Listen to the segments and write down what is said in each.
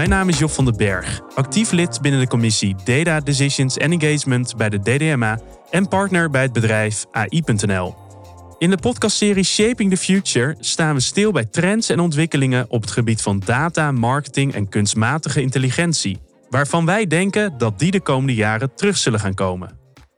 Mijn naam is Job van den Berg, actief lid binnen de commissie Data, Decisions en Engagement bij de DDMA en partner bij het bedrijf AI.nl. In de podcastserie Shaping the Future staan we stil bij trends en ontwikkelingen op het gebied van data, marketing en kunstmatige intelligentie, waarvan wij denken dat die de komende jaren terug zullen gaan komen.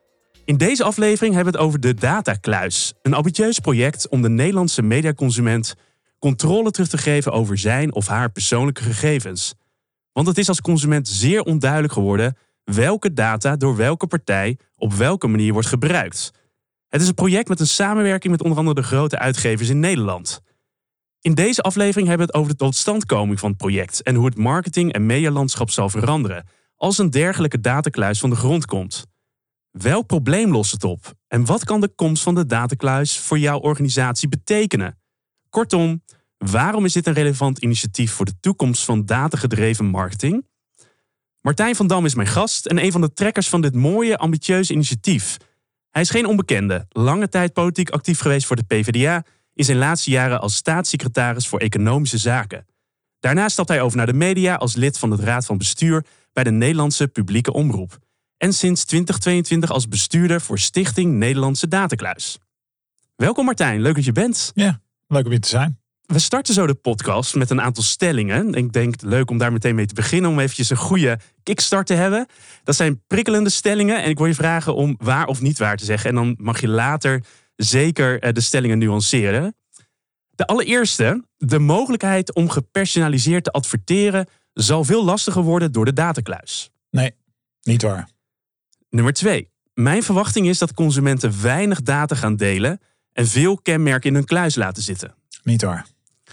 In deze aflevering hebben we het over de Datakluis, een ambitieus project om de Nederlandse mediaconsument controle terug te geven over zijn of haar persoonlijke gegevens. Want het is als consument zeer onduidelijk geworden welke data door welke partij op welke manier wordt gebruikt. Het is een project met een samenwerking met onder andere de grote uitgevers in Nederland. In deze aflevering hebben we het over de totstandkoming van het project en hoe het marketing- en medialandschap zal veranderen als een dergelijke datakluis van de grond komt. Welk probleem lost het op? En wat kan de komst van de datakluis voor jouw organisatie betekenen? Kortom, waarom is dit een relevant initiatief voor de toekomst van datagedreven marketing? Martijn van Dam is mijn gast en een van de trekkers van dit mooie, ambitieuze initiatief. Hij is geen onbekende, lange tijd politiek actief geweest voor de PvdA, in zijn laatste jaren als staatssecretaris voor Economische Zaken. Daarna stapt hij over naar de media als lid van de Raad van Bestuur bij de Nederlandse Publieke Omroep. En sinds 2022 als bestuurder voor Stichting Nederlandse Datakluis. Welkom Martijn, leuk dat je bent. Ja, leuk om hier te zijn. We starten zo de podcast met een aantal stellingen. Ik denk leuk om daar meteen mee te beginnen, om eventjes een goede kickstart te hebben. Dat zijn prikkelende stellingen en ik wil je vragen om waar of niet waar te zeggen. En dan mag je later zeker de stellingen nuanceren. De allereerste, de mogelijkheid om gepersonaliseerd te adverteren zal veel lastiger worden door de datakluis. Nee, niet waar. Nummer 2. Mijn verwachting is dat consumenten weinig data gaan delen en veel kenmerken in hun kluis laten zitten. Niet waar.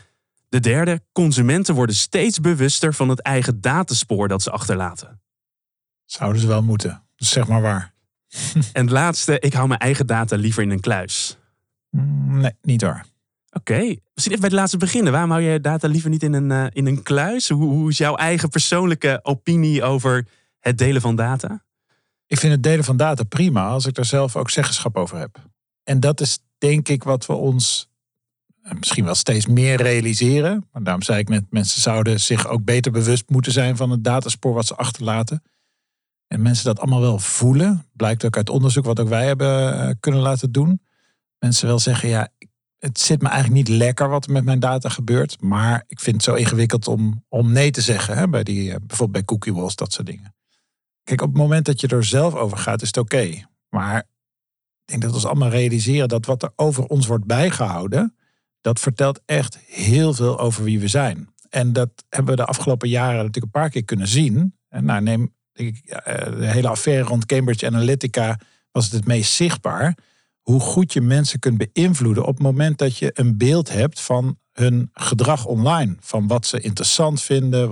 De derde, consumenten worden steeds bewuster van het eigen dataspoor dat ze achterlaten. Zouden ze wel moeten. Dus zeg maar waar. En het laatste, ik hou mijn eigen data liever in een kluis. Nee, niet waar. Oké, misschien even bij het laatste beginnen. Waarom hou je data liever niet in een kluis? Hoe is jouw eigen persoonlijke opinie over het delen van data? Ik vind het delen van data prima als ik daar zelf ook zeggenschap over heb. En dat is denk ik wat we ons misschien wel steeds meer realiseren. Maar daarom zei ik net, mensen zouden zich ook beter bewust moeten zijn van het dataspoor wat ze achterlaten. En mensen dat allemaal wel voelen. Blijkt ook uit onderzoek wat ook wij hebben kunnen laten doen. Mensen wel zeggen, ja, het zit me eigenlijk niet lekker wat er met mijn data gebeurt. Maar ik vind het zo ingewikkeld om nee te zeggen. Hè, bij bijvoorbeeld bij cookie walls, dat soort dingen. Kijk, op het moment dat je er zelf over gaat, is het oké. Maar ik denk dat we ons allemaal realiseren dat wat er over ons wordt bijgehouden, dat vertelt echt heel veel over wie we zijn. En dat hebben we de afgelopen jaren natuurlijk een paar keer kunnen zien. En nou, neem de hele affaire rond Cambridge Analytica was het meest zichtbaar. Hoe goed je mensen kunt beïnvloeden op het moment dat je een beeld hebt van hun gedrag online. Van wat ze interessant vinden,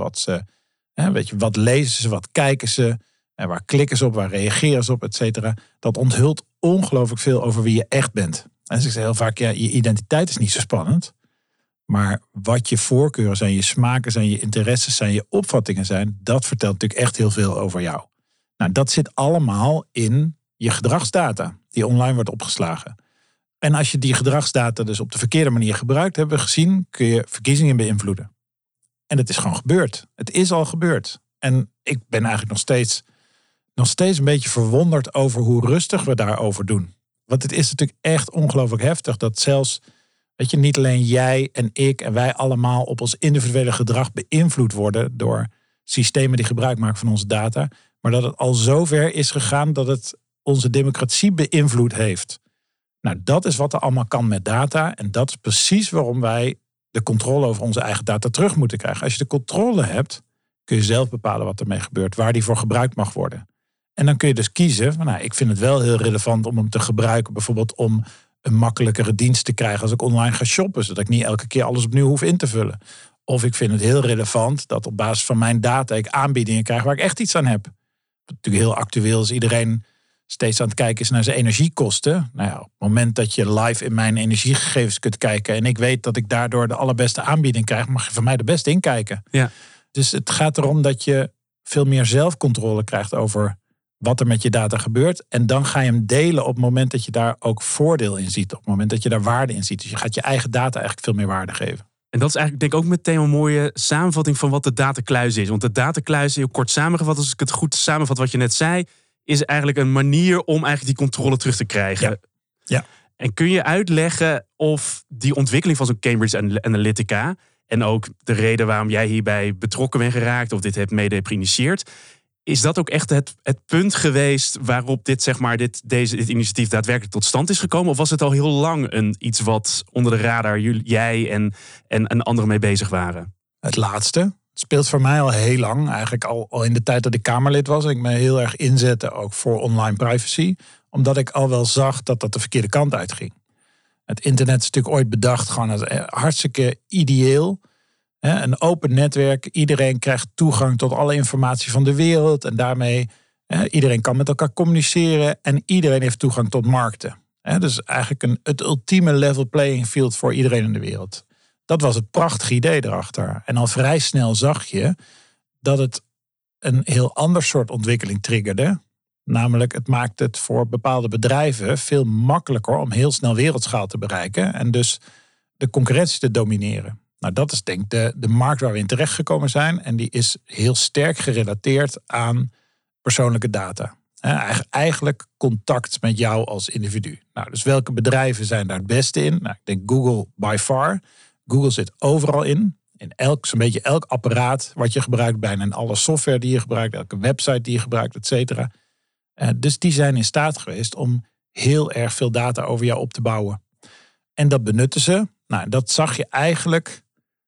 wat lezen ze, wat kijken ze, en waar klikken ze op, waar reageren ze op, et cetera. Dat onthult ongelooflijk veel over wie je echt bent. En dus ik zeg heel vaak, ja, je identiteit is niet zo spannend. Maar wat je voorkeuren zijn, je smaken zijn, je interesses zijn, je opvattingen zijn, dat vertelt natuurlijk echt heel veel over jou. Nou, dat zit allemaal in je gedragsdata die online wordt opgeslagen. En als je die gedragsdata dus op de verkeerde manier gebruikt, hebben we gezien, kun je verkiezingen beïnvloeden. En het is gewoon gebeurd. Het is al gebeurd. En ik ben eigenlijk nog steeds een beetje verwonderd over hoe rustig we daarover doen. Want het is natuurlijk echt ongelooflijk heftig dat zelfs, weet je, niet alleen jij en ik en wij allemaal op ons individuele gedrag beïnvloed worden door systemen die gebruik maken van onze data, maar dat het al zover is gegaan dat het onze democratie beïnvloed heeft. Nou, dat is wat er allemaal kan met data en dat is precies waarom wij de controle over onze eigen data terug moeten krijgen. Als je de controle hebt, kun je zelf bepalen wat ermee gebeurt, waar die voor gebruikt mag worden. En dan kun je dus kiezen, van, nou, ik vind het wel heel relevant om hem te gebruiken, bijvoorbeeld om een makkelijkere dienst te krijgen als ik online ga shoppen, zodat ik niet elke keer alles opnieuw hoef in te vullen. Of ik vind het heel relevant dat op basis van mijn data ik aanbiedingen krijg waar ik echt iets aan heb. Wat natuurlijk heel actueel is, iedereen steeds aan het kijken is naar zijn energiekosten. Nou ja, op het moment dat je live in mijn energiegegevens kunt kijken en ik weet dat ik daardoor de allerbeste aanbieding krijg, mag je van mij de beste inkijken. Ja. Dus het gaat erom dat je veel meer zelfcontrole krijgt over wat er met je data gebeurt. En dan ga je hem delen op het moment dat je daar ook voordeel in ziet. Op het moment dat je daar waarde in ziet. Dus je gaat je eigen data eigenlijk veel meer waarde geven. En dat is eigenlijk denk ik ook meteen een mooie samenvatting van wat de datakluis is. Want de datakluis, heel kort samengevat, als ik het goed samenvat wat je net zei, is eigenlijk een manier om eigenlijk die controle terug te krijgen. Ja. En kun je uitleggen of die ontwikkeling van zo'n Cambridge Analytica en ook de reden waarom jij hierbij betrokken bent geraakt of dit hebt mede geïnitieerd, is dat ook echt het punt geweest waarop dit initiatief daadwerkelijk tot stand is gekomen? Of was het al heel lang iets wat onder de radar jij en anderen mee bezig waren? Het laatste. Het speelt voor mij al heel lang. Eigenlijk al in de tijd dat ik Kamerlid was. Ik me heel erg inzette ook voor online privacy. Omdat ik al wel zag dat dat de verkeerde kant uitging. Het internet is natuurlijk ooit bedacht gewoon als hartstikke ideeel. Een open netwerk. Iedereen krijgt toegang tot alle informatie van de wereld. En daarmee iedereen kan met elkaar communiceren. En iedereen heeft toegang tot markten. Dus eigenlijk het ultieme level playing field voor iedereen in de wereld. Dat was het prachtige idee erachter. En al vrij snel zag je dat het een heel ander soort ontwikkeling triggerde. Namelijk, het maakt het voor bepaalde bedrijven veel makkelijker om heel snel wereldschaal te bereiken. En dus de concurrentie te domineren. Nou, dat is denk ik de markt waar we in terechtgekomen zijn. En die is heel sterk gerelateerd aan persoonlijke data. Eigenlijk contact met jou als individu. Nou, dus welke bedrijven zijn daar het beste in? Nou, ik denk Google by far. Google zit overal in. In zo'n beetje elk apparaat wat je gebruikt. Bijna in alle software die je gebruikt. Elke website die je gebruikt, et cetera. Dus die zijn in staat geweest om heel erg veel data over jou op te bouwen. En dat benutten ze. Nou, dat zag je eigenlijk,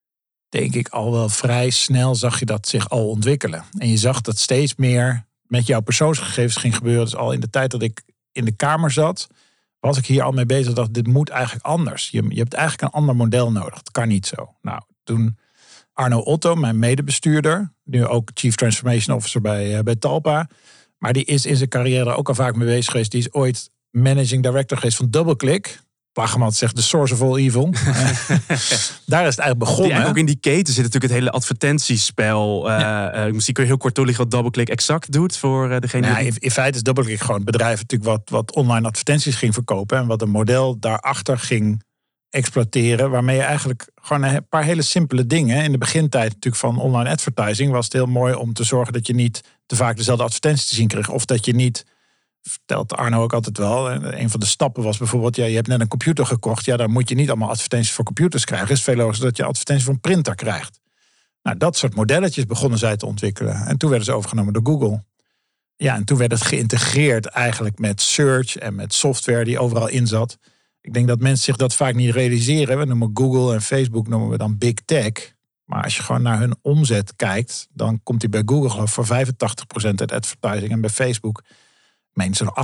denk ik, al wel vrij snel zag je dat zich al ontwikkelen. En je zag dat steeds meer met jouw persoonsgegevens ging gebeuren. Dus al in de tijd dat ik in de Kamer zat, was ik hier al mee bezig. Dat dit moet eigenlijk anders. Je hebt eigenlijk een ander model nodig. Het kan niet zo. Nou, toen Arno Otto, mijn medebestuurder, nu ook Chief Transformation Officer bij Talpa. Maar die is in zijn carrière ook al vaak mee bezig geweest. Die is ooit managing director geweest van DoubleClick. Plagemat zegt de source of all evil. Daar is het eigenlijk begonnen. Ook in die keten zit natuurlijk het hele advertentiespel. Misschien kun je heel kort toelichten wat DoubleClick exact doet voor degene die... In feite is DoubleClick gewoon het bedrijf natuurlijk wat online advertenties ging verkopen. En wat een model daarachter ging exploiteren. Waarmee je eigenlijk gewoon een paar hele simpele dingen. In de begintijd natuurlijk van online advertising was het heel mooi om te zorgen dat je niet te vaak dezelfde advertenties te zien kreeg. Of dat je niet, vertelt Arno ook altijd wel. Een van de stappen was bijvoorbeeld, je hebt net een computer gekocht. Ja, dan moet je niet allemaal advertenties voor computers krijgen. Het is veel logischer dat je advertenties voor een printer krijgt. Nou, dat soort modelletjes begonnen zij te ontwikkelen. En toen werden ze overgenomen door Google. Ja, en toen werd het geïntegreerd eigenlijk met search en met software die overal in zat. Ik denk dat mensen zich dat vaak niet realiseren. We noemen Google en Facebook noemen we dan Big Tech. Maar als je gewoon naar hun omzet kijkt, dan komt die bij Google geloof ik voor 85% uit advertising. En bij Facebook meen zo'n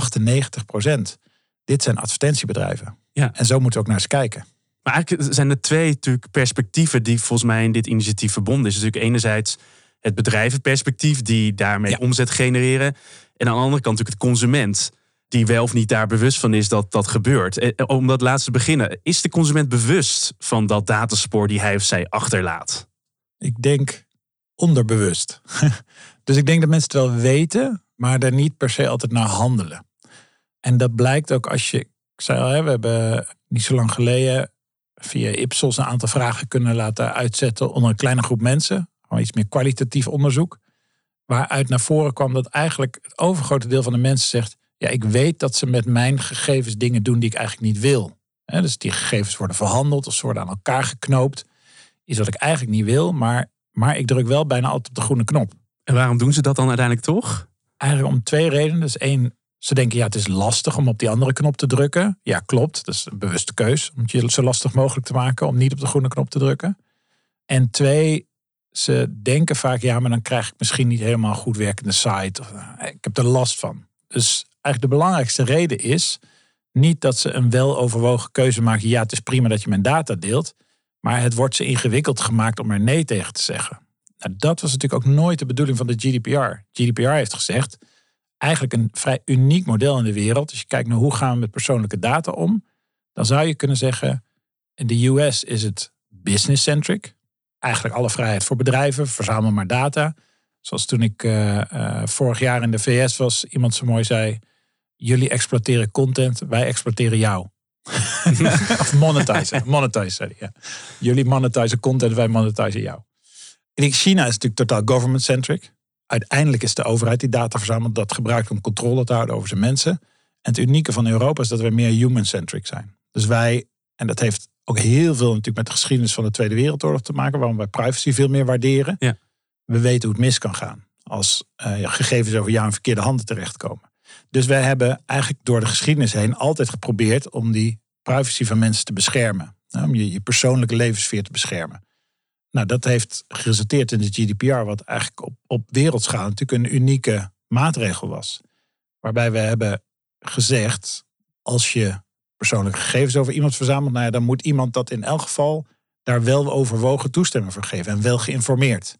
98%. Dit zijn advertentiebedrijven. Ja. En zo moeten we ook naar ze kijken. Maar eigenlijk zijn er twee natuurlijk perspectieven die volgens mij in dit initiatief verbonden is. Dus natuurlijk enerzijds het bedrijvenperspectief die daarmee omzet genereren. En aan de andere kant natuurlijk het consument die wel of niet daar bewust van is dat dat gebeurt. Om dat laatste te beginnen, is de consument bewust van dat dataspoor die hij of zij achterlaat? Ik denk onderbewust. Dus ik denk dat mensen het wel weten, maar er niet per se altijd naar handelen. En dat blijkt ook als je, ik zei al, we hebben niet zo lang geleden via Ipsos een aantal vragen kunnen laten uitzetten onder een kleine groep mensen. Gewoon iets meer kwalitatief onderzoek. Waaruit naar voren kwam dat eigenlijk het overgrote deel van de mensen zegt, ja, ik weet dat ze met mijn gegevens dingen doen die ik eigenlijk niet wil. Dus die gegevens worden verhandeld of ze worden aan elkaar geknoopt. Is wat ik eigenlijk niet wil, maar ik druk wel bijna altijd op de groene knop. En waarom doen ze dat dan uiteindelijk toch? Eigenlijk om twee redenen. Dus één, ze denken ja, het is lastig om op die andere knop te drukken. Ja, klopt. Dat is een bewuste keus om het je zo lastig mogelijk te maken om niet op de groene knop te drukken. En twee, ze denken vaak ja, maar dan krijg ik misschien niet helemaal een goed werkende site. Ik heb er last van. Dus eigenlijk de belangrijkste reden is niet dat ze een weloverwogen keuze maken. Ja, het is prima dat je mijn data deelt. Maar het wordt ze ingewikkeld gemaakt om er nee tegen te zeggen. Nou, dat was natuurlijk ook nooit de bedoeling van de GDPR. GDPR heeft gezegd, eigenlijk een vrij uniek model in de wereld. Als je kijkt naar hoe gaan we met persoonlijke data om. Dan zou je kunnen zeggen, in de US is het business-centric. Eigenlijk alle vrijheid voor bedrijven, verzamel maar data. Zoals toen ik vorig jaar in de VS was, iemand zo mooi zei, jullie exploiteren content, wij exploiteren jou. Of monetizen. Monetizen, ja. Jullie monetizen content, wij monetizen jou. Ik denk, China is natuurlijk totaal government-centric. Uiteindelijk is de overheid die data verzamelt, dat gebruikt om controle te houden over zijn mensen. En het unieke van Europa is dat we meer human-centric zijn. Dus wij, en dat heeft ook heel veel natuurlijk met de geschiedenis van de Tweede Wereldoorlog te maken, waarom wij privacy veel meer waarderen. Ja. We weten hoe het mis kan gaan als gegevens over jou in verkeerde handen terechtkomen. Dus wij hebben eigenlijk door de geschiedenis heen altijd geprobeerd om die privacy van mensen te beschermen. Om je persoonlijke levenssfeer te beschermen. Nou, dat heeft geresulteerd in de GDPR, wat eigenlijk op wereldschaal natuurlijk een unieke maatregel was. Waarbij we hebben gezegd, als je persoonlijke gegevens over iemand verzamelt, nou ja, dan moet iemand dat in elk geval daar wel overwogen toestemming voor geven en wel geïnformeerd.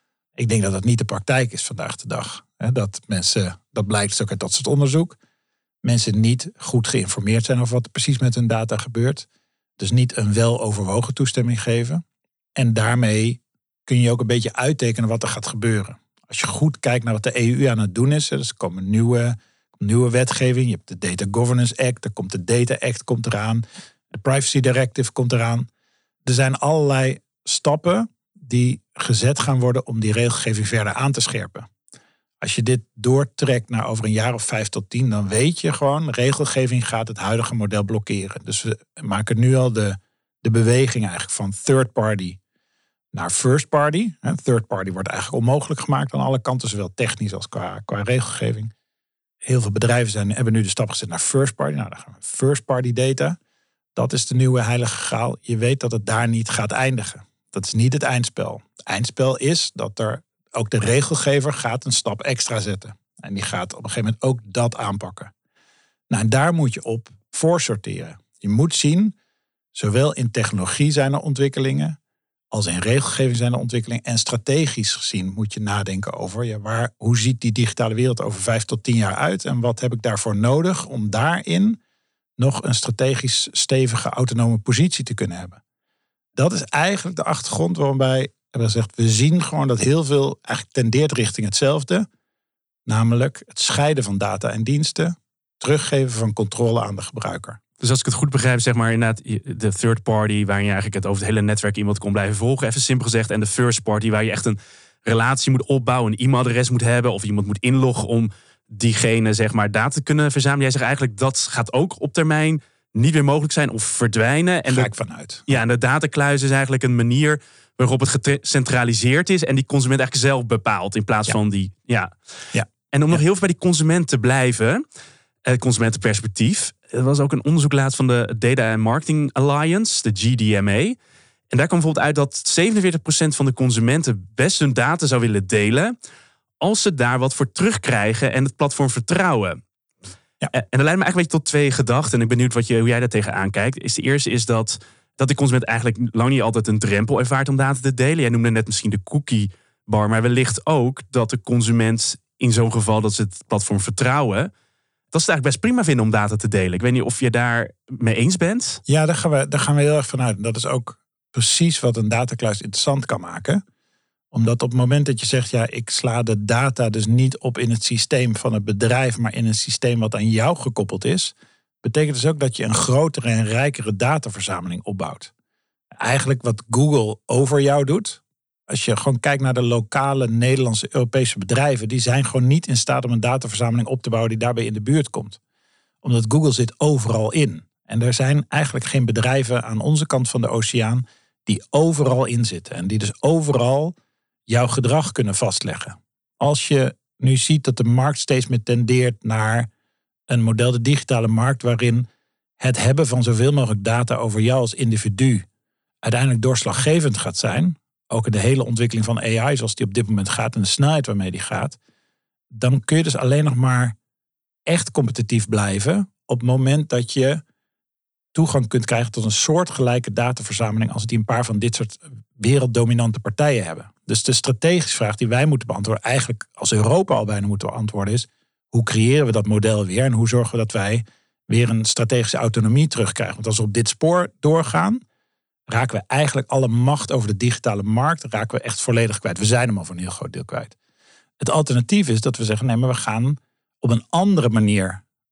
Ik denk dat dat niet de praktijk is vandaag de dag. Dat mensen, dat blijkt ook uit dat soort onderzoek, mensen niet goed geïnformeerd zijn over wat er precies met hun data gebeurt. Dus niet een wel overwogen toestemming geven. En daarmee kun je ook een beetje uittekenen wat er gaat gebeuren. Als je goed kijkt naar wat de EU aan het doen is. Dus er komt een nieuwe wetgeving. Je hebt de Data Governance Act. Er komt de Data Act komt eraan. De Privacy Directive komt eraan. Er zijn allerlei stappen die gezet gaan worden om die regelgeving verder aan te scherpen. Als je dit doortrekt naar over een jaar of 5 tot 10, dan weet je gewoon, regelgeving gaat het huidige model blokkeren. Dus we maken nu al de beweging eigenlijk van third party naar first party. Third party wordt eigenlijk onmogelijk gemaakt aan alle kanten, zowel technisch als qua regelgeving. Heel veel bedrijven hebben nu de stap gezet naar first party. Nou, dan gaan we first party data. Dat is de nieuwe heilige graal. Je weet dat het daar niet gaat eindigen. Dat is niet het eindspel. Het eindspel is dat er ook de regelgever gaat een stap extra zetten. En die gaat op een gegeven moment ook dat aanpakken. Nou, en daar moet je op voorsorteren. Je moet zien, zowel in technologie zijn er ontwikkelingen, als in regelgeving zijn er ontwikkelingen. En strategisch gezien moet je nadenken over, hoe ziet die digitale wereld over 5 tot 10 jaar uit? En wat heb ik daarvoor nodig om daarin nog een strategisch stevige autonome positie te kunnen hebben? Dat is eigenlijk de achtergrond waarom wij hebben gezegd, we zien gewoon dat heel veel eigenlijk tendeert richting hetzelfde. Namelijk het scheiden van data en diensten, teruggeven van controle aan de gebruiker. Dus als ik het goed begrijp, zeg maar inderdaad de third party, waarin je eigenlijk het over het hele netwerk iemand kon blijven volgen, even simpel gezegd. En de first party, waar je echt een relatie moet opbouwen, een e-mailadres moet hebben of iemand moet inloggen om diegene, zeg maar, data te kunnen verzamelen. Jij zegt eigenlijk dat gaat ook op termijn niet meer mogelijk zijn of verdwijnen. En Ga ik vanuit. Ja, en de datakluis is eigenlijk een manier waarop het gecentraliseerd is en die consument eigenlijk zelf bepaalt in plaats van die. Ja. En om nog heel veel bij die consument te blijven, het consumentenperspectief. Er was ook een onderzoek laatst van de Data and Marketing Alliance, de GDMA. En daar kwam bijvoorbeeld uit dat 47% van de consumenten best hun data zou willen delen als ze daar wat voor terugkrijgen en het platform vertrouwen. Ja. En dat leidt me eigenlijk een beetje tot 2 gedachten. En ik ben benieuwd hoe jij daar tegenaan kijkt. De eerste is dat de consument eigenlijk lang niet altijd een drempel ervaart om data te delen. Jij noemde net misschien de cookie bar, maar wellicht ook dat de consument in zo'n geval dat ze het platform vertrouwen, dat ze het eigenlijk best prima vinden om data te delen. Ik weet niet of je daar mee eens bent. Ja, daar gaan we heel erg vanuit. Dat is ook precies wat een datakluis interessant kan maken. Omdat op het moment dat je zegt, ik sla de data dus niet op in het systeem van het bedrijf, maar in een systeem wat aan jou gekoppeld is, betekent dus ook dat je een grotere en rijkere dataverzameling opbouwt. Eigenlijk wat Google over jou doet, als je gewoon kijkt naar de lokale Nederlandse, Europese bedrijven, die zijn gewoon niet in staat om een dataverzameling op te bouwen die daarbij in de buurt komt. Omdat Google zit overal in. En er zijn eigenlijk geen bedrijven aan onze kant van de oceaan die overal in zitten. En die dus overal jouw gedrag kunnen vastleggen. Als je nu ziet dat de markt steeds meer tendeert naar een model, de digitale markt, waarin het hebben van zoveel mogelijk data over jou als individu uiteindelijk doorslaggevend gaat zijn, ook in de hele ontwikkeling van AI zoals die op dit moment gaat en de snelheid waarmee die gaat, dan kun je dus alleen nog maar echt competitief blijven op het moment dat je toegang kunt krijgen tot een soortgelijke dataverzameling als die een paar van dit soort werelddominante partijen hebben. Dus de strategische vraag die wij moeten beantwoorden, eigenlijk als Europa al bijna moeten beantwoorden, is hoe creëren we dat model weer en hoe zorgen we dat wij weer een strategische autonomie terugkrijgen. Want als we op dit spoor doorgaan, raken we eigenlijk alle macht over de digitale markt, raken we echt volledig kwijt. We zijn hem al voor een heel groot deel kwijt. Het alternatief is dat we zeggen, nee, maar we gaan op een andere manier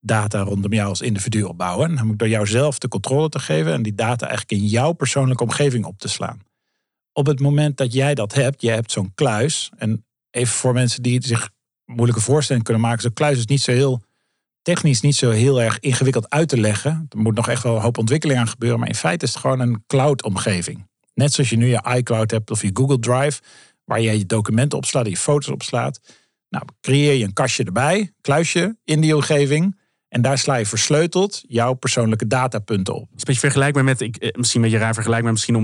data rondom jou als individu opbouwen. Namelijk door jou zelf de controle te geven en die data eigenlijk in jouw persoonlijke omgeving op te slaan. Op het moment dat jij dat hebt, je hebt zo'n kluis. En even voor mensen die zich moeilijke voorstelling kunnen maken. Zo'n kluis is niet zo heel technisch, niet zo heel erg ingewikkeld uit te leggen. Er moet nog echt wel een hoop ontwikkeling aan gebeuren. Maar in feite is het gewoon een cloud-omgeving. Net zoals je nu je iCloud hebt of je Google Drive, waar je je documenten opslaat en je foto's opslaat. Nou, creëer je een kastje erbij, kluisje in die omgeving. En daar sla je versleuteld jouw persoonlijke datapunten op. Het is een beetje vergelijkbaar met, misschien een beetje raar vergelijkbaar, misschien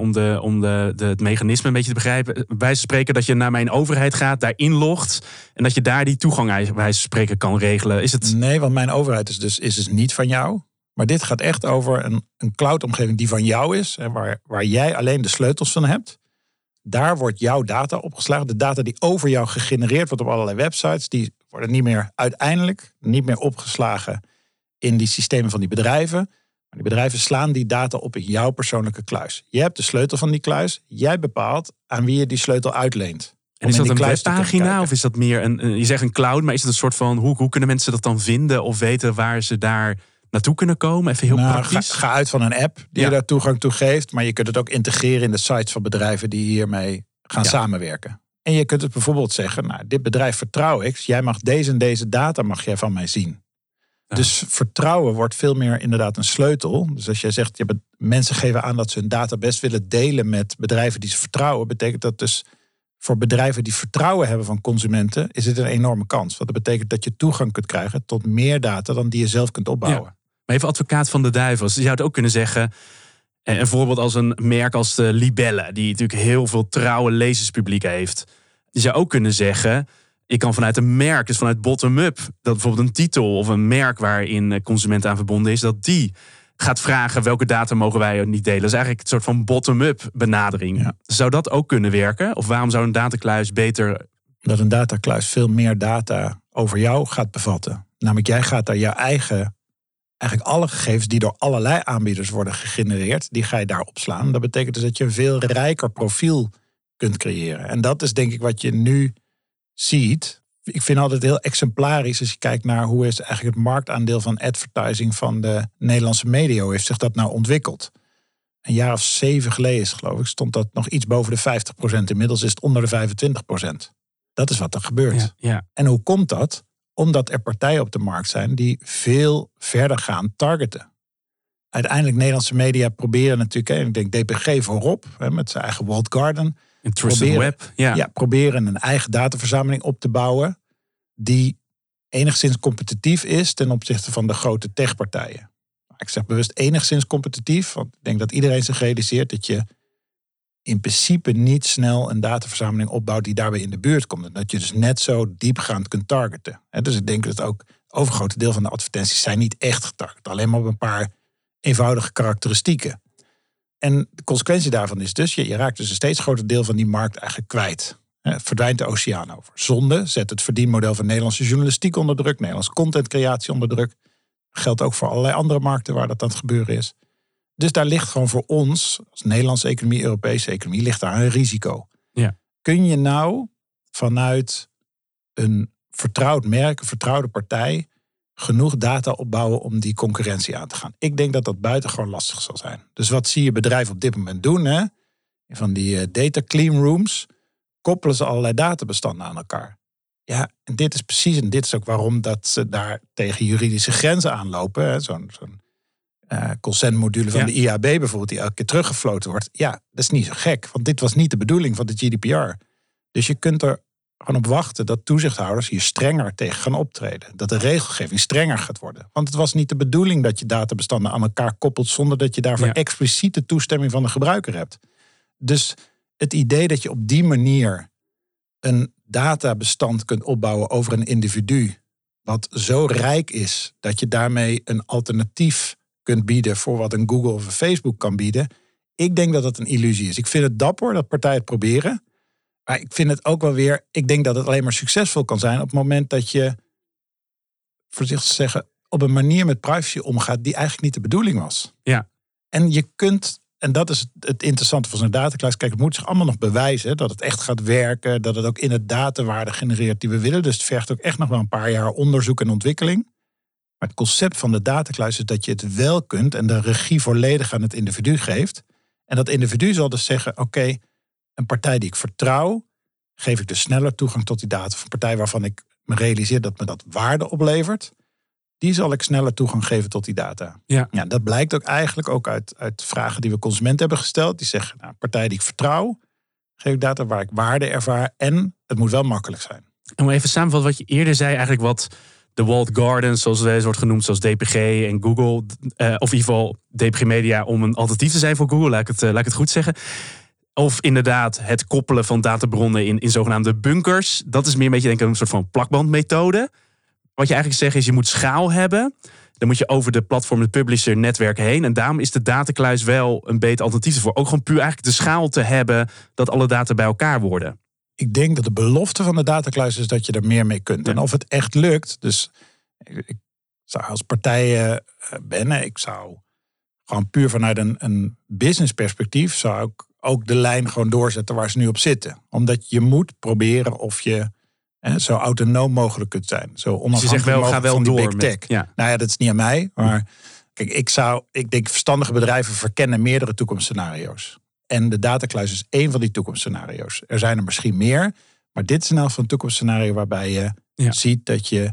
om het mechanisme een beetje te begrijpen. Bij wijze van spreken dat je naar mijn overheid gaat, daar inlogt en dat je daar die toegang bij wijze van spreken kan regelen. Is het... Nee, want mijn overheid is dus niet van jou. Maar dit gaat echt over een cloud-omgeving die van jou is. En waar jij alleen de sleutels van hebt. Daar wordt jouw data opgeslagen. De data die over jou gegenereerd wordt op allerlei websites. Die worden uiteindelijk niet meer opgeslagen in die systemen van die bedrijven. Maar die bedrijven slaan die data op in jouw persoonlijke kluis. Je hebt de sleutel van die kluis. Jij bepaalt aan wie je die sleutel uitleent. En is dat een webpagina of is dat meer je zegt een cloud, maar is het een soort van, hoe kunnen mensen dat dan vinden of weten waar ze daar naartoe kunnen komen? Even heel praktisch. Ga uit van een app die je daar toegang toe geeft. Maar je kunt het ook integreren in de sites van bedrijven die hiermee gaan samenwerken. En je kunt het bijvoorbeeld zeggen, nou, dit bedrijf vertrouw ik. Jij mag deze en deze data mag jij van mij zien. Ja. Dus vertrouwen wordt veel meer inderdaad een sleutel. Dus als jij zegt, mensen geven aan dat ze hun data best willen delen met bedrijven die ze vertrouwen, betekent dat dus voor bedrijven die vertrouwen hebben van consumenten, is het een enorme kans. Want dat betekent dat je toegang kunt krijgen tot meer data dan die je zelf kunt opbouwen. Ja. Maar even advocaat van de duivel. Je zou het ook kunnen zeggen, een voorbeeld als een merk als de Libelle, die natuurlijk heel veel trouwe lezerspubliek heeft. Je zou ook kunnen zeggen, ik kan vanuit een merk, dus vanuit bottom-up, dat bijvoorbeeld een titel of een merk waarin consument aan verbonden is, dat die gaat vragen welke data mogen wij niet delen. Dat is eigenlijk een soort van bottom-up benadering. Ja. Zou dat ook kunnen werken? Of waarom zou een datakluis beter... Dat een datakluis veel meer data over jou gaat bevatten. Namelijk, jij gaat daar jouw eigen, eigenlijk alle gegevens die door allerlei aanbieders worden gegenereerd, die ga je daar opslaan. Dat betekent dus dat je een veel rijker profiel kunt creëren. En dat is denk ik wat je nu ziet. Ik vind altijd heel exemplarisch als je kijkt naar hoe is eigenlijk het marktaandeel van advertising van de Nederlandse media. Hoe heeft zich dat nou ontwikkeld? Een jaar of 7 geleden geloof ik, stond dat nog iets boven de 50%. Inmiddels is het onder de 25%. Dat is wat er gebeurt. Ja, ja. En hoe komt dat? Omdat er partijen op de markt zijn die veel verder gaan targeten. Uiteindelijk Nederlandse media proberen natuurlijk, ik denk DPG voorop, met zijn eigen walled garden. Proberen een eigen dataverzameling op te bouwen die enigszins competitief is ten opzichte van de grote techpartijen. Ik zeg bewust enigszins competitief, want ik denk dat iedereen zich realiseert dat je in principe niet snel een dataverzameling opbouwt die daarbij in de buurt komt. En dat je dus net zo diepgaand kunt targeten. Dus ik denk dat ook het overgrote deel van de advertenties zijn niet echt getarget. Alleen maar op een paar eenvoudige karakteristieken. En de consequentie daarvan is dus, je raakt dus een steeds groter deel van die markt eigenlijk kwijt. Verdwijnt de oceaan over. Zonde, zet het verdienmodel van Nederlandse journalistiek onder druk, Nederlandse contentcreatie onder druk. Geldt ook voor allerlei andere markten waar dat aan het gebeuren is. Dus daar ligt gewoon voor ons, als Nederlandse economie, Europese economie, ligt daar een risico. Ja. Kun je nou vanuit een vertrouwd merk, een vertrouwde partij, genoeg data opbouwen om die concurrentie aan te gaan? Ik denk dat dat buitengewoon lastig zal zijn. Dus wat zie je bedrijven op dit moment doen? Hè? Van die data clean rooms koppelen ze allerlei databestanden aan elkaar. Ja, en dit is precies, en dit is ook waarom dat ze daar tegen juridische grenzen aanlopen. Hè? Zo'n consentmodule van de IAB bijvoorbeeld, die elke keer teruggefloten wordt. Ja, dat is niet zo gek, want dit was niet de bedoeling van de GDPR. Dus je kunt er gewoon op wachten dat toezichthouders hier strenger tegen gaan optreden. Dat de regelgeving strenger gaat worden. Want het was niet de bedoeling dat je databestanden aan elkaar koppelt zonder dat je daarvoor expliciete toestemming van de gebruiker hebt. Dus het idee dat je op die manier een databestand kunt opbouwen over een individu, wat zo rijk is dat je daarmee een alternatief kunt bieden voor wat een Google of een Facebook kan bieden. Ik denk dat dat een illusie is. Ik vind het dapper dat partijen het proberen. Maar ik vind het ook wel weer, ik denk dat het alleen maar succesvol kan zijn op het moment dat je, voorzichtig te zeggen, op een manier met privacy omgaat die eigenlijk niet de bedoeling was. Ja. En je kunt, en dat is het interessante van zo'n datakluis, kijk, het moet zich allemaal nog bewijzen dat het echt gaat werken, dat het ook inderdaad de waarde genereert die we willen. Dus het vergt ook echt nog wel een paar jaar onderzoek en ontwikkeling. Maar het concept van de datakluis is dat je het wel kunt en de regie volledig aan het individu geeft. En dat individu zal dus zeggen, oké, een partij die ik vertrouw, geef ik dus sneller toegang tot die data. Of een partij waarvan ik me realiseer dat me dat waarde oplevert, die zal ik sneller toegang geven tot die data. Ja. Ja, dat blijkt ook eigenlijk ook uit vragen die we consumenten hebben gesteld. Die zeggen, nou, partij die ik vertrouw, geef ik data waar ik waarde ervaar. En het moet wel makkelijk zijn. Om even samenvatten wat je eerder zei, eigenlijk wat de walled gardens, zoals deze wordt genoemd, zoals DPG en Google, of in ieder geval DPG Media, om een alternatief te zijn voor Google, laat ik het goed zeggen. Of inderdaad het koppelen van databronnen in zogenaamde bunkers. Dat is meer een beetje denk ik een soort van plakbandmethode. Wat je eigenlijk zegt is, je moet schaal hebben. Dan moet je over de platform, het publisher netwerk heen. En daarom is de datakluis wel een beter alternatief ervoor. Ook gewoon puur eigenlijk de schaal te hebben dat alle data bij elkaar worden. Ik denk dat de belofte van de datakluis is dat je er meer mee kunt. Ja. En of het echt lukt, dus ik zou als partij ik zou gewoon puur vanuit een business perspectief, zou ik ook de lijn gewoon doorzetten waar ze nu op zitten. Omdat je moet proberen of je zo autonoom mogelijk kunt zijn. Zo onafhankelijk mogelijk ga wel van die door big tech. Ja. Nou ja, dat is niet aan mij. Maar kijk, ik denk verstandige bedrijven verkennen meerdere toekomstscenario's. En de datakluis is één van die toekomstscenario's. Er zijn er misschien meer. Maar dit is nou van een toekomstscenario waarbij je ziet dat je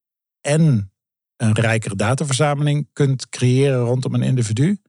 en een rijkere dataverzameling kunt creëren rondom een individu.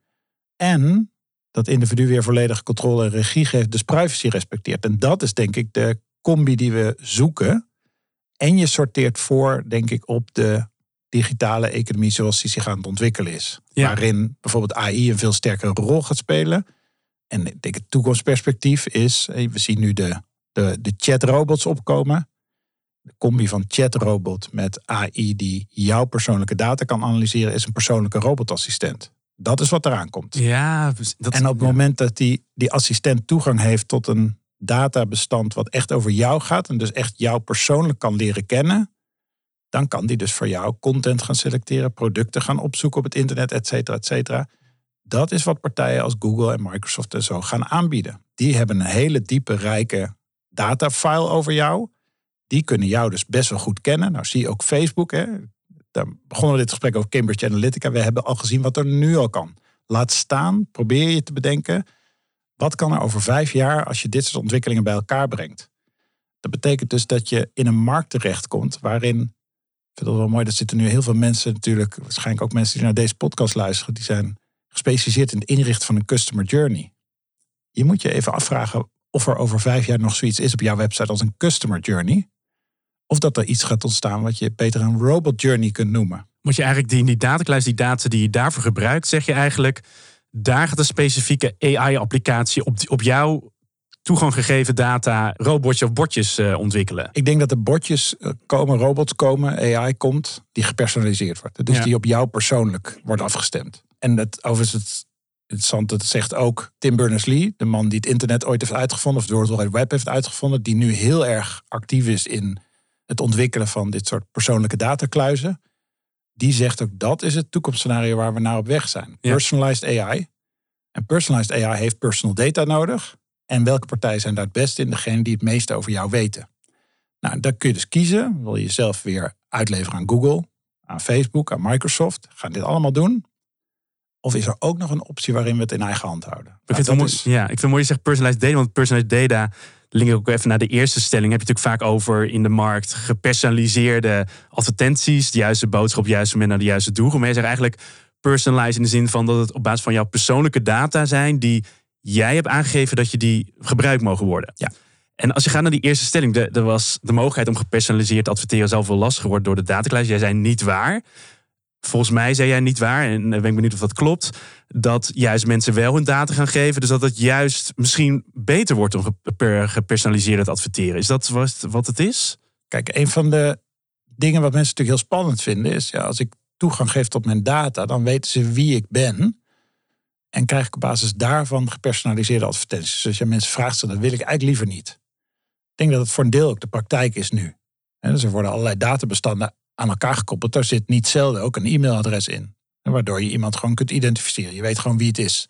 En dat individu weer volledige controle en regie geeft, dus privacy respecteert. En dat is denk ik de combi die we zoeken. En je sorteert voor, denk ik, op de digitale economie zoals die zich aan het ontwikkelen is. Ja. Waarin bijvoorbeeld AI een veel sterkere rol gaat spelen. En ik denk het toekomstperspectief is, we zien nu de chatrobots opkomen. De combi van chatrobot met AI die jouw persoonlijke data kan analyseren, is een persoonlijke robotassistent. Dat is wat eraan komt. Ja, en op het moment dat die assistent toegang heeft tot een databestand wat echt over jou gaat en dus echt jou persoonlijk kan leren kennen, dan kan die dus voor jou content gaan selecteren, producten gaan opzoeken op het internet, et cetera, et cetera. Dat is wat partijen als Google en Microsoft en zo gaan aanbieden. Die hebben een hele diepe, rijke datafile over jou. Die kunnen jou dus best wel goed kennen. Nou zie je ook Facebook. Daar begonnen we dit gesprek over Cambridge Analytica. We hebben al gezien wat er nu al kan. Laat staan, probeer je te bedenken. Wat kan er over 5 jaar als je dit soort ontwikkelingen bij elkaar brengt? Dat betekent dus dat je in een markt terechtkomt waarin, ik vind het wel mooi, er zitten nu heel veel mensen natuurlijk, waarschijnlijk ook mensen die naar deze podcast luisteren, die zijn gespecialiseerd in het inrichten van een customer journey. Je moet je even afvragen of er over 5 jaar nog zoiets is op jouw website als een customer journey. Of dat er iets gaat ontstaan wat je beter een robot journey kunt noemen. Moet je eigenlijk die datakluis, die data die je daarvoor gebruikt, zeg je eigenlijk, daar gaat een specifieke AI-applicatie op jouw toegang gegeven data robotjes of botjes ontwikkelen? Ik denk dat er botjes komen, robots komen, AI komt, die gepersonaliseerd wordt. Dus die op jou persoonlijk wordt afgestemd. En dat overigens het interessant, dat zegt ook Tim Berners-Lee, de man die het internet ooit heeft uitgevonden, of de World Wide Web heeft uitgevonden, die nu heel erg actief is in het ontwikkelen van dit soort persoonlijke datakluizen. Die zegt ook, dat is het toekomstscenario waar we nou op weg zijn. Ja. Personalized AI. En personalized AI heeft personal data nodig. En welke partijen zijn daar het beste in? Degene die het meeste over jou weten. Nou, daar kun je dus kiezen. Wil je jezelf weer uitleveren aan Google, aan Facebook, aan Microsoft? Gaan dit allemaal doen? Of is er ook nog een optie waarin we het in eigen hand houden? Ik vind het mooi je zegt personalized data. Want personalized data, link ik ook even naar de eerste stelling, heb je natuurlijk vaak over in de markt gepersonaliseerde advertenties, de juiste boodschap op het juiste moment naar de juiste doelgroep. Maar je zegt eigenlijk personalized in de zin van dat het op basis van jouw persoonlijke data zijn die jij hebt aangegeven dat je die gebruikt mogen worden. Ja. En als je gaat naar die eerste stelling, er was de mogelijkheid om gepersonaliseerd te adverteren zelf wel lastig wordt door de datakluis. Jij zei niet waar. Volgens mij zei jij niet waar, en ben ik benieuwd of dat klopt, dat juist mensen wel hun data gaan geven, dus dat het juist misschien beter wordt om gepersonaliseerd te adverteren. Is dat wat het is? Kijk, een van de dingen wat mensen natuurlijk heel spannend vinden is, als ik toegang geef tot mijn data, dan weten ze wie ik ben en krijg ik op basis daarvan gepersonaliseerde advertenties. Dus als je mensen vraagt, dat wil ik eigenlijk liever niet. Ik denk dat het voor een deel ook de praktijk is nu. Dus er worden allerlei databestanden aan elkaar gekoppeld. Daar zit niet zelden ook een e-mailadres in. Waardoor je iemand gewoon kunt identificeren. Je weet gewoon wie het is.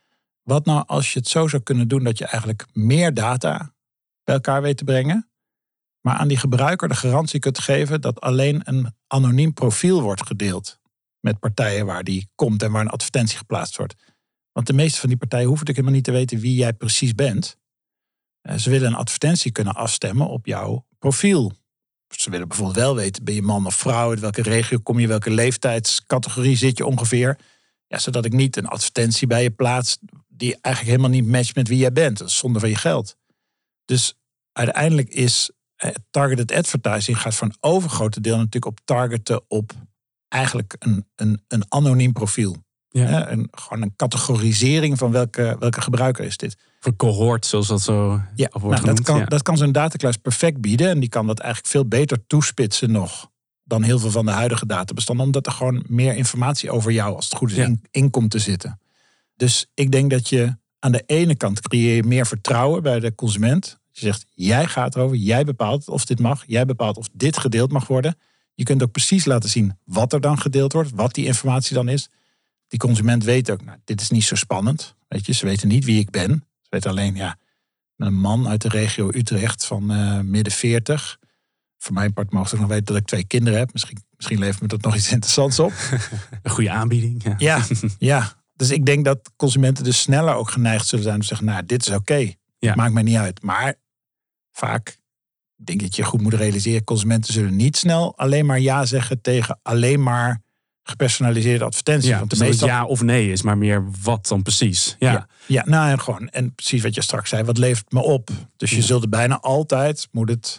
Wat nou als je het zo zou kunnen doen dat je eigenlijk meer data bij elkaar weet te brengen. maar aan die gebruiker de garantie kunt geven dat alleen een anoniem profiel wordt gedeeld met partijen waar die komt en waar een advertentie geplaatst wordt. Want de meeste van die partijen hoeven natuurlijk helemaal niet te weten wie jij precies bent. Ze willen een advertentie kunnen afstemmen op jouw profiel. Ze willen bijvoorbeeld wel weten, ben je man of vrouw, uit welke regio kom je, welke leeftijdscategorie zit je ongeveer. Ja, zodat ik niet een advertentie bij je plaats die eigenlijk helemaal niet matcht met wie jij bent. Dat is zonde van je geld. Dus uiteindelijk is targeted advertising gaat voor een overgrote deel natuurlijk op targeten op eigenlijk een anoniem profiel. Ja. Gewoon een categorisering van welke gebruiker is dit. Voor cohort, zoals dat zo wordt genoemd. Dat kan zo'n datakluis perfect bieden. En die kan dat eigenlijk veel beter toespitsen nog dan heel veel van de huidige databestanden. Omdat er gewoon meer informatie over jou, als het goed is, in komt te zitten. Dus ik denk dat je aan de ene kant creëer je meer vertrouwen bij de consument. Je zegt, jij gaat erover, jij bepaalt of dit mag. Jij bepaalt of dit gedeeld mag worden. Je kunt ook precies laten zien wat er dan gedeeld wordt. Wat die informatie dan is. Die consument weet ook, nou, dit is niet zo spannend. Weet je, ze weten niet wie ik ben. Ze weten alleen, een man uit de regio Utrecht van midden 40. Voor mijn part mogen ze nog weten dat ik 2 kinderen heb. Misschien levert me dat nog iets interessants op. Een goede aanbieding. Ja. Dus ik denk dat consumenten dus sneller ook geneigd zullen zijn om te zeggen, nou, dit is oké. Maakt mij niet uit. Maar vaak denk dat je goed moet realiseren, consumenten zullen niet snel alleen maar ja zeggen tegen alleen maar gepersonaliseerde advertenties. Ja, want de meeste ja of nee is, maar meer wat dan precies. Gewoon. En precies wat je straks zei, wat levert me op? Dus je zult er bijna altijd, moet het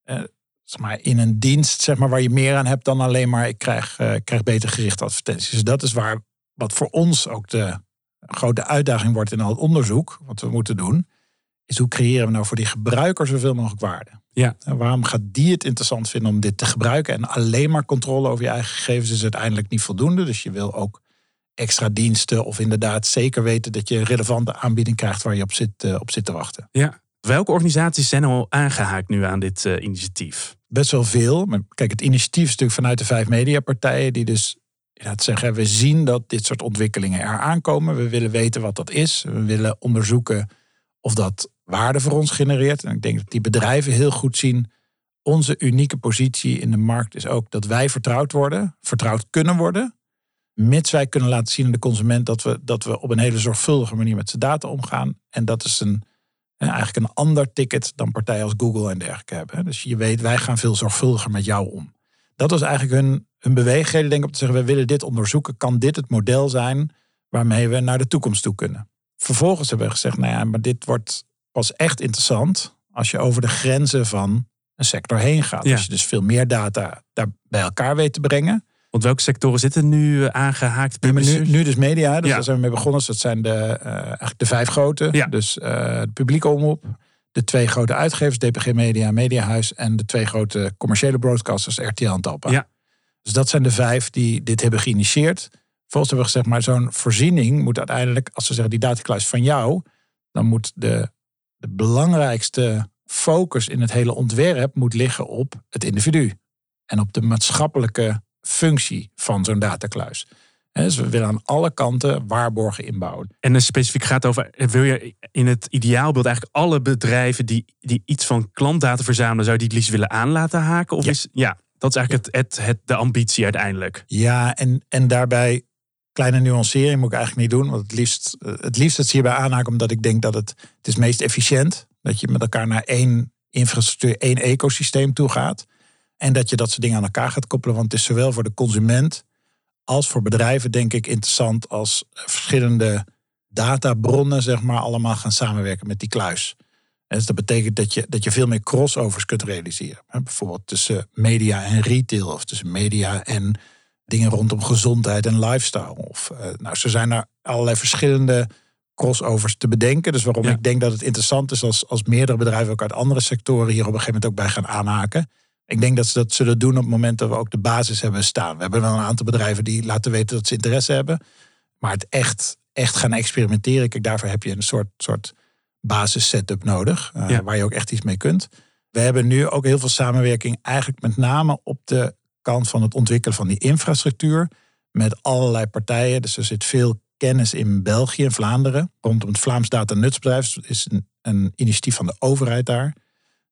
in een dienst waar je meer aan hebt dan alleen maar ik krijg beter gerichte advertenties. Dus dat is wat voor ons ook de grote uitdaging wordt in al het onderzoek, wat we moeten doen, is hoe creëren we nou voor die gebruiker zoveel mogelijk waarde? Ja. En waarom gaat die het interessant vinden om dit te gebruiken? En alleen maar controle over je eigen gegevens is uiteindelijk niet voldoende. Dus je wil ook extra diensten of inderdaad zeker weten dat je een relevante aanbieding krijgt waar je op zit te wachten. Ja. Welke organisaties zijn al aangehaakt nu aan dit initiatief? Best wel veel. Maar kijk, het initiatief is natuurlijk vanuit de 5 mediapartijen die dus zeggen, we zien dat dit soort ontwikkelingen er aankomen. We willen weten wat dat is. We willen onderzoeken of dat waarde voor ons genereert. En ik denk dat die bedrijven heel goed zien, onze unieke positie in de markt is ook dat wij vertrouwd kunnen worden, mits wij kunnen laten zien aan de consument dat we op een hele zorgvuldige manier met zijn data omgaan. En dat is eigenlijk een ander ticket dan partijen als Google en dergelijke hebben. Dus je weet, wij gaan veel zorgvuldiger met jou om. Dat was eigenlijk hun beweegreden, denk ik, om te zeggen, we willen dit onderzoeken. Kan dit het model zijn waarmee we naar de toekomst toe kunnen? Vervolgens hebben we gezegd, maar dit wordt pas echt interessant als je over de grenzen van een sector heen gaat. Als je dus veel meer data daar bij elkaar weet te brengen. Want welke sectoren zitten nu aangehaakt? Nu dus media, dus daar zijn we mee begonnen. Dus dat zijn eigenlijk de 5 grote. Ja. Dus de publieke omroep, de 2 grote uitgevers, DPG Media, Mediahuis en de 2 grote commerciële broadcasters, RTL en Talpa. Ja. Dus dat zijn de 5 die dit hebben geïnitieerd. Volgens hebben we gezegd, maar zo'n voorziening moet uiteindelijk, als we zeggen die datakluis van jou, dan moet de belangrijkste focus in het hele ontwerp moet liggen op het individu. En op de maatschappelijke functie van zo'n datakluis. Dus we willen aan alle kanten waarborgen inbouwen. En specifiek gaat over, wil je in het ideaalbeeld eigenlijk alle bedrijven die iets van klantdata verzamelen, zou je die het liefst willen aan laten haken? Of dat is eigenlijk de ambitie uiteindelijk. Ja, en daarbij kleine nuancering moet ik eigenlijk niet doen. Want het liefst het hierbij aanhaken, omdat ik denk dat het is meest efficiënt. Dat je met elkaar naar 1 infrastructuur, 1 ecosysteem toe gaat. En dat je dat soort dingen aan elkaar gaat koppelen. Want het is zowel voor de consument als voor bedrijven, denk ik, interessant als verschillende databronnen, allemaal gaan samenwerken met die kluis. En dus dat betekent dat je veel meer crossovers kunt realiseren. Bijvoorbeeld tussen media en retail, of tussen media en dingen rondom gezondheid en lifestyle. Of zo zijn er allerlei verschillende crossovers te bedenken. Dus waarom ik denk dat het interessant is als meerdere bedrijven ook uit andere sectoren hier op een gegeven moment ook bij gaan aanhaken. Ik denk dat ze dat zullen doen op het moment dat we ook de basis hebben staan. We hebben wel een aantal bedrijven die laten weten dat ze interesse hebben. Maar het echt gaan experimenteren, kijk, daarvoor heb je een soort basis setup nodig. Waar je ook echt iets mee kunt. We hebben nu ook heel veel samenwerking eigenlijk met name op de kant van het ontwikkelen van die infrastructuur. Met allerlei partijen. Dus er zit veel kennis in België en Vlaanderen. Rondom het Vlaams Data Nutsbedrijf is een initiatief van de overheid daar.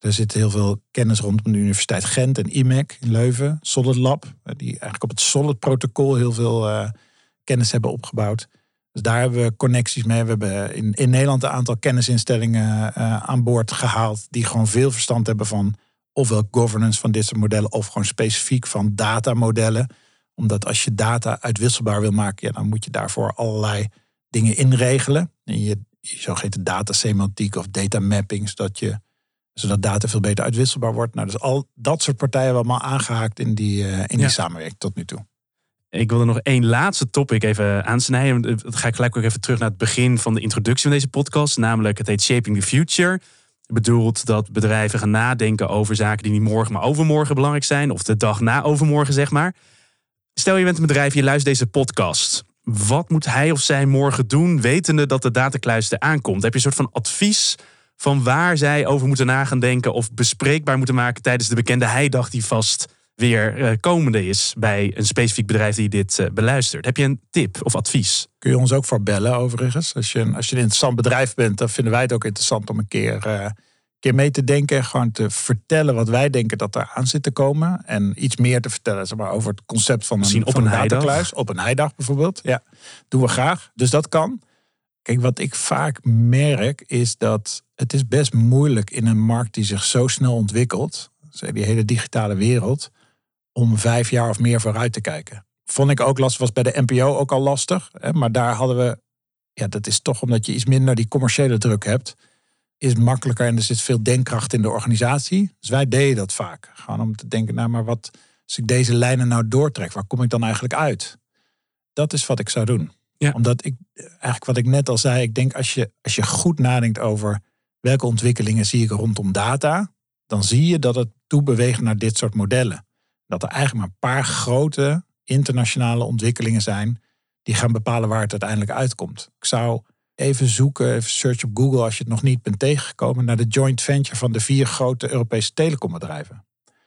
Er zit heel veel kennis rondom de Universiteit Gent en IMEC in Leuven. Solid Lab, die eigenlijk op het Solid-protocol heel veel kennis hebben opgebouwd. Dus daar hebben we connecties mee. We hebben in Nederland een aantal kennisinstellingen aan boord gehaald die gewoon veel verstand hebben van ofwel governance van dit soort modellen of gewoon specifiek van datamodellen. Omdat als je data uitwisselbaar wil maken, dan moet je daarvoor allerlei dingen inregelen. En je zogeheten datasemantiek of data mapping, zodat data veel beter uitwisselbaar wordt. Nou, dus al dat soort partijen hebben allemaal aangehaakt in die samenwerking tot nu toe. Ik wil er nog één laatste topic even aansnijden. Dan ga ik gelijk ook even terug naar het begin van de introductie van deze podcast. Namelijk, het heet Shaping the Future. Het bedoelt dat bedrijven gaan nadenken over zaken die niet morgen, maar overmorgen belangrijk zijn. Of de dag na overmorgen, zeg maar. Stel je bent een bedrijf, je luistert deze podcast. Wat moet hij of zij morgen doen, wetende dat de datakluister aankomt? Heb je een soort van advies van waar zij over moeten na gaan denken of bespreekbaar moeten maken tijdens de bekende heidag die vast weer komende is bij een specifiek bedrijf die dit beluistert? Heb je een tip of advies? Kun je ons ook voor bellen overigens. Als je een interessant bedrijf bent, dan vinden wij het ook interessant om een keer mee te denken. Gewoon te vertellen wat wij denken dat er aan zit te komen. En iets meer te vertellen, zeg maar, over het concept van een datakluis. Op een heidag bijvoorbeeld. Ja, doen we graag. Dus dat kan. Kijk, wat ik vaak merk is dat het is best moeilijk in een markt die zich zo snel ontwikkelt, die hele digitale wereld, om 5 jaar of meer vooruit te kijken. Vond ik ook lastig, was bij de NPO ook al lastig. Maar daar hadden we, dat is toch omdat je iets minder die commerciële druk hebt, is het makkelijker en er zit veel denkkracht in de organisatie. Dus wij deden dat vaak. Gewoon om te denken, maar wat als ik deze lijnen nou doortrek, waar kom ik dan eigenlijk uit? Dat is wat ik zou doen. Ja. Omdat eigenlijk wat ik net al zei, ik denk als je goed nadenkt over welke ontwikkelingen zie ik rondom data, dan zie je dat het toebeweegt naar dit soort modellen. Dat er eigenlijk maar een paar grote internationale ontwikkelingen zijn die gaan bepalen waar het uiteindelijk uitkomt. Ik zou even zoeken, even search op Google als je het nog niet bent tegengekomen, naar de joint venture van de 4 grote Europese telecombedrijven.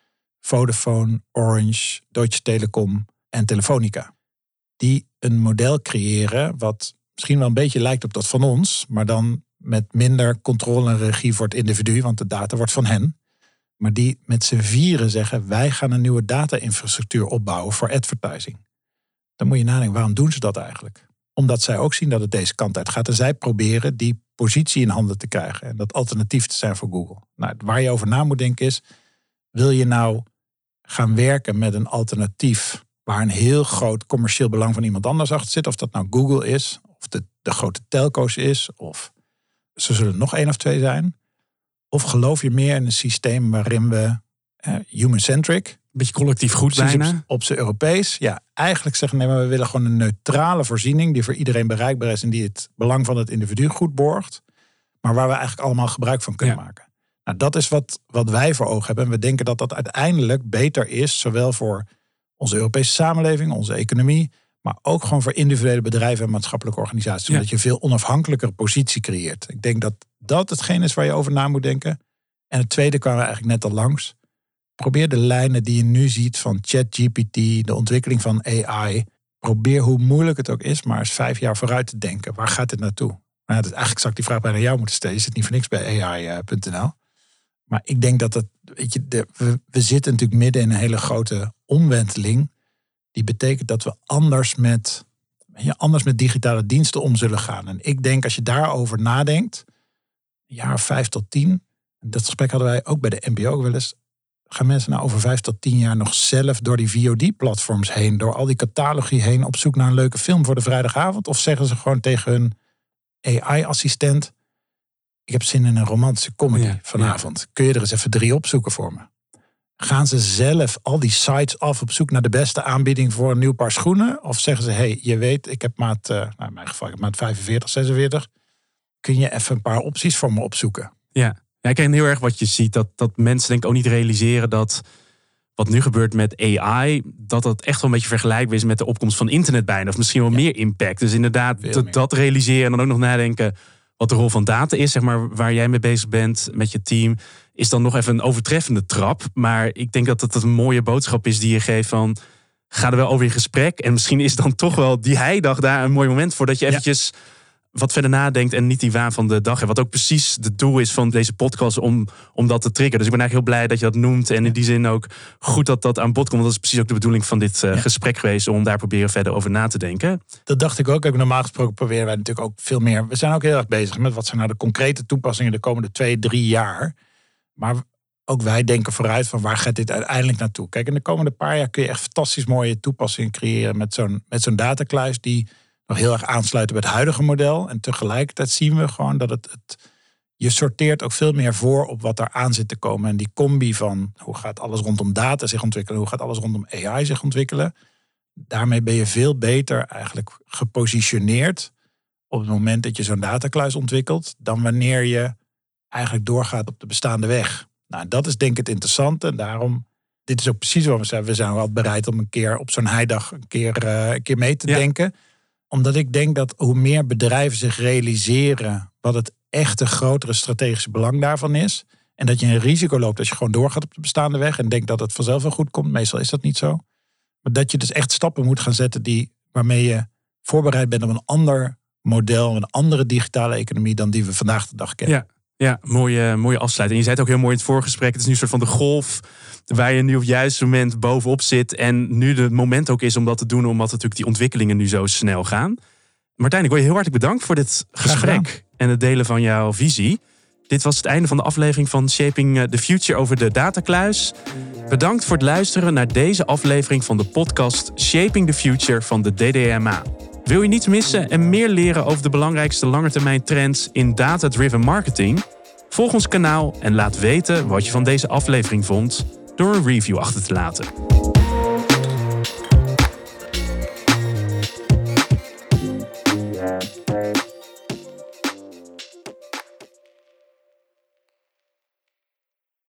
Vodafone, Orange, Deutsche Telekom en Telefonica. Die een model creëren wat misschien wel een beetje lijkt op dat van ons, maar dan met minder controle en regie voor het individu, want de data wordt van hen. Maar die met z'n 4 zeggen, wij gaan een nieuwe data-infrastructuur opbouwen voor advertising. Dan moet je nadenken, waarom doen ze dat eigenlijk? Omdat zij ook zien dat het deze kant uit gaat. En zij proberen die positie in handen te krijgen. En dat alternatief te zijn voor Google. Nou, waar je over na moet denken is, wil je nou gaan werken met een alternatief waar een heel groot commercieel belang van iemand anders achter zit? Of dat nou Google is, of de grote telco's is, of ze zullen nog 1 of 2 zijn. Of geloof je meer in een systeem waarin we human-centric, beetje collectief goed bijna, op z'n Europees, eigenlijk zeggen, nee, maar we willen gewoon een neutrale voorziening die voor iedereen bereikbaar is en die het belang van het individu goed borgt, maar waar we eigenlijk allemaal gebruik van kunnen maken. Nou, dat is wat wij voor ogen hebben. En we denken dat dat uiteindelijk beter is, zowel voor onze Europese samenleving, onze economie, maar ook gewoon voor individuele bedrijven en maatschappelijke organisaties. Omdat je een veel onafhankelijkere positie creëert. Ik denk dat hetgeen is waar je over na moet denken. En het tweede kwamen we eigenlijk net al langs. Probeer de lijnen die je nu ziet van ChatGPT, de ontwikkeling van AI. Probeer, hoe moeilijk het ook is, maar eens 5 jaar vooruit te denken. Waar gaat dit naartoe? Nou, eigenlijk zou ik die vraag bijna aan jou moeten stellen. Je zit niet voor niks bij AI.nl. Maar ik denk dat het, we zitten natuurlijk midden in een hele grote omwenteling. Die betekent dat we anders met digitale diensten om zullen gaan. En ik denk, als je daarover nadenkt, een jaar 5 tot 10... dat gesprek hadden wij ook bij de NPO wel eens. Gaan mensen nou over 5 tot 10 jaar nog zelf door die VOD-platforms heen, door al die catalogie heen, op zoek naar een leuke film voor de vrijdagavond? Of zeggen ze gewoon tegen hun AI-assistent, ik heb zin in een romantische comedy vanavond. Ja. Kun je er eens even 3 opzoeken voor me? Gaan ze zelf al die sites af op zoek naar de beste aanbieding voor een nieuw paar schoenen? Of zeggen ze, hey, je weet, ik heb maat, in mijn geval, ik heb maat 45, 46. Kun je even een paar opties voor me opzoeken? Ja, ik ken heel erg wat je ziet. Dat mensen denk ik ook niet realiseren dat wat nu gebeurt met AI, dat echt wel een beetje vergelijkbaar is met de opkomst van internet bijna. Of misschien wel meer impact. Dus inderdaad, dat realiseren en dan ook nog nadenken wat de rol van data is, zeg maar, waar jij mee bezig bent met je team, is dan nog even een overtreffende trap. Maar ik denk dat het een mooie boodschap is die je geeft van, ga er wel over in gesprek. En misschien is dan toch wel die heidag daar een mooi moment voor dat je eventjes wat verder nadenkt en niet die waan van de dag. En wat ook precies het doel is van deze podcast om dat te triggeren. Dus ik ben eigenlijk heel blij dat je dat noemt. En in die zin ook goed dat dat aan bod komt. Want dat is precies ook de bedoeling van dit gesprek geweest. Om daar proberen verder over na te denken. Dat dacht ik ook. Normaal gesproken proberen wij natuurlijk ook veel meer. We zijn ook heel erg bezig met wat zijn nou de concrete toepassingen de komende 2-3 jaar. Maar ook wij denken vooruit van waar gaat dit uiteindelijk naartoe. Kijk, in de komende paar jaar kun je echt fantastisch mooie toepassingen creëren met zo'n datakluis die nog heel erg aansluiten bij het huidige model. En tegelijkertijd zien we gewoon dat je sorteert ook veel meer voor op wat er aan zit te komen. En die combi van hoe gaat alles rondom data zich ontwikkelen, hoe gaat alles rondom AI zich ontwikkelen. Daarmee ben je veel beter eigenlijk gepositioneerd op het moment dat je zo'n datakluis ontwikkelt, dan wanneer je eigenlijk doorgaat op de bestaande weg. Nou, dat is denk ik het interessante. En daarom, dit is ook precies wat we zeggen. We zijn wel bereid om een keer op zo'n heidag een keer mee te denken. Omdat ik denk dat hoe meer bedrijven zich realiseren wat het echte grotere strategische belang daarvan is. En dat je een risico loopt als je gewoon doorgaat op de bestaande weg. En denkt dat het vanzelf wel goed komt. Meestal is dat niet zo. Maar dat je dus echt stappen moet gaan zetten waarmee je voorbereid bent op een ander model. Een andere digitale economie dan die we vandaag de dag kennen. Ja, mooie afsluiting. En je zei het ook heel mooi in het voorgesprek. Het is nu een soort van de golf waar je nu op het juiste moment bovenop zit. En nu het moment ook is om dat te doen. Omdat natuurlijk die ontwikkelingen nu zo snel gaan. Martijn, ik wil je heel hartelijk bedankt voor dit gesprek. En het delen van jouw visie. Dit was het einde van de aflevering van Shaping the Future over de datakluis. Bedankt voor het luisteren naar deze aflevering van de podcast Shaping the Future van de DDMA. Wil je niets missen en meer leren over de belangrijkste langetermijn trends in data-driven marketing? Volg ons kanaal en laat weten wat je van deze aflevering vond door een review achter te laten.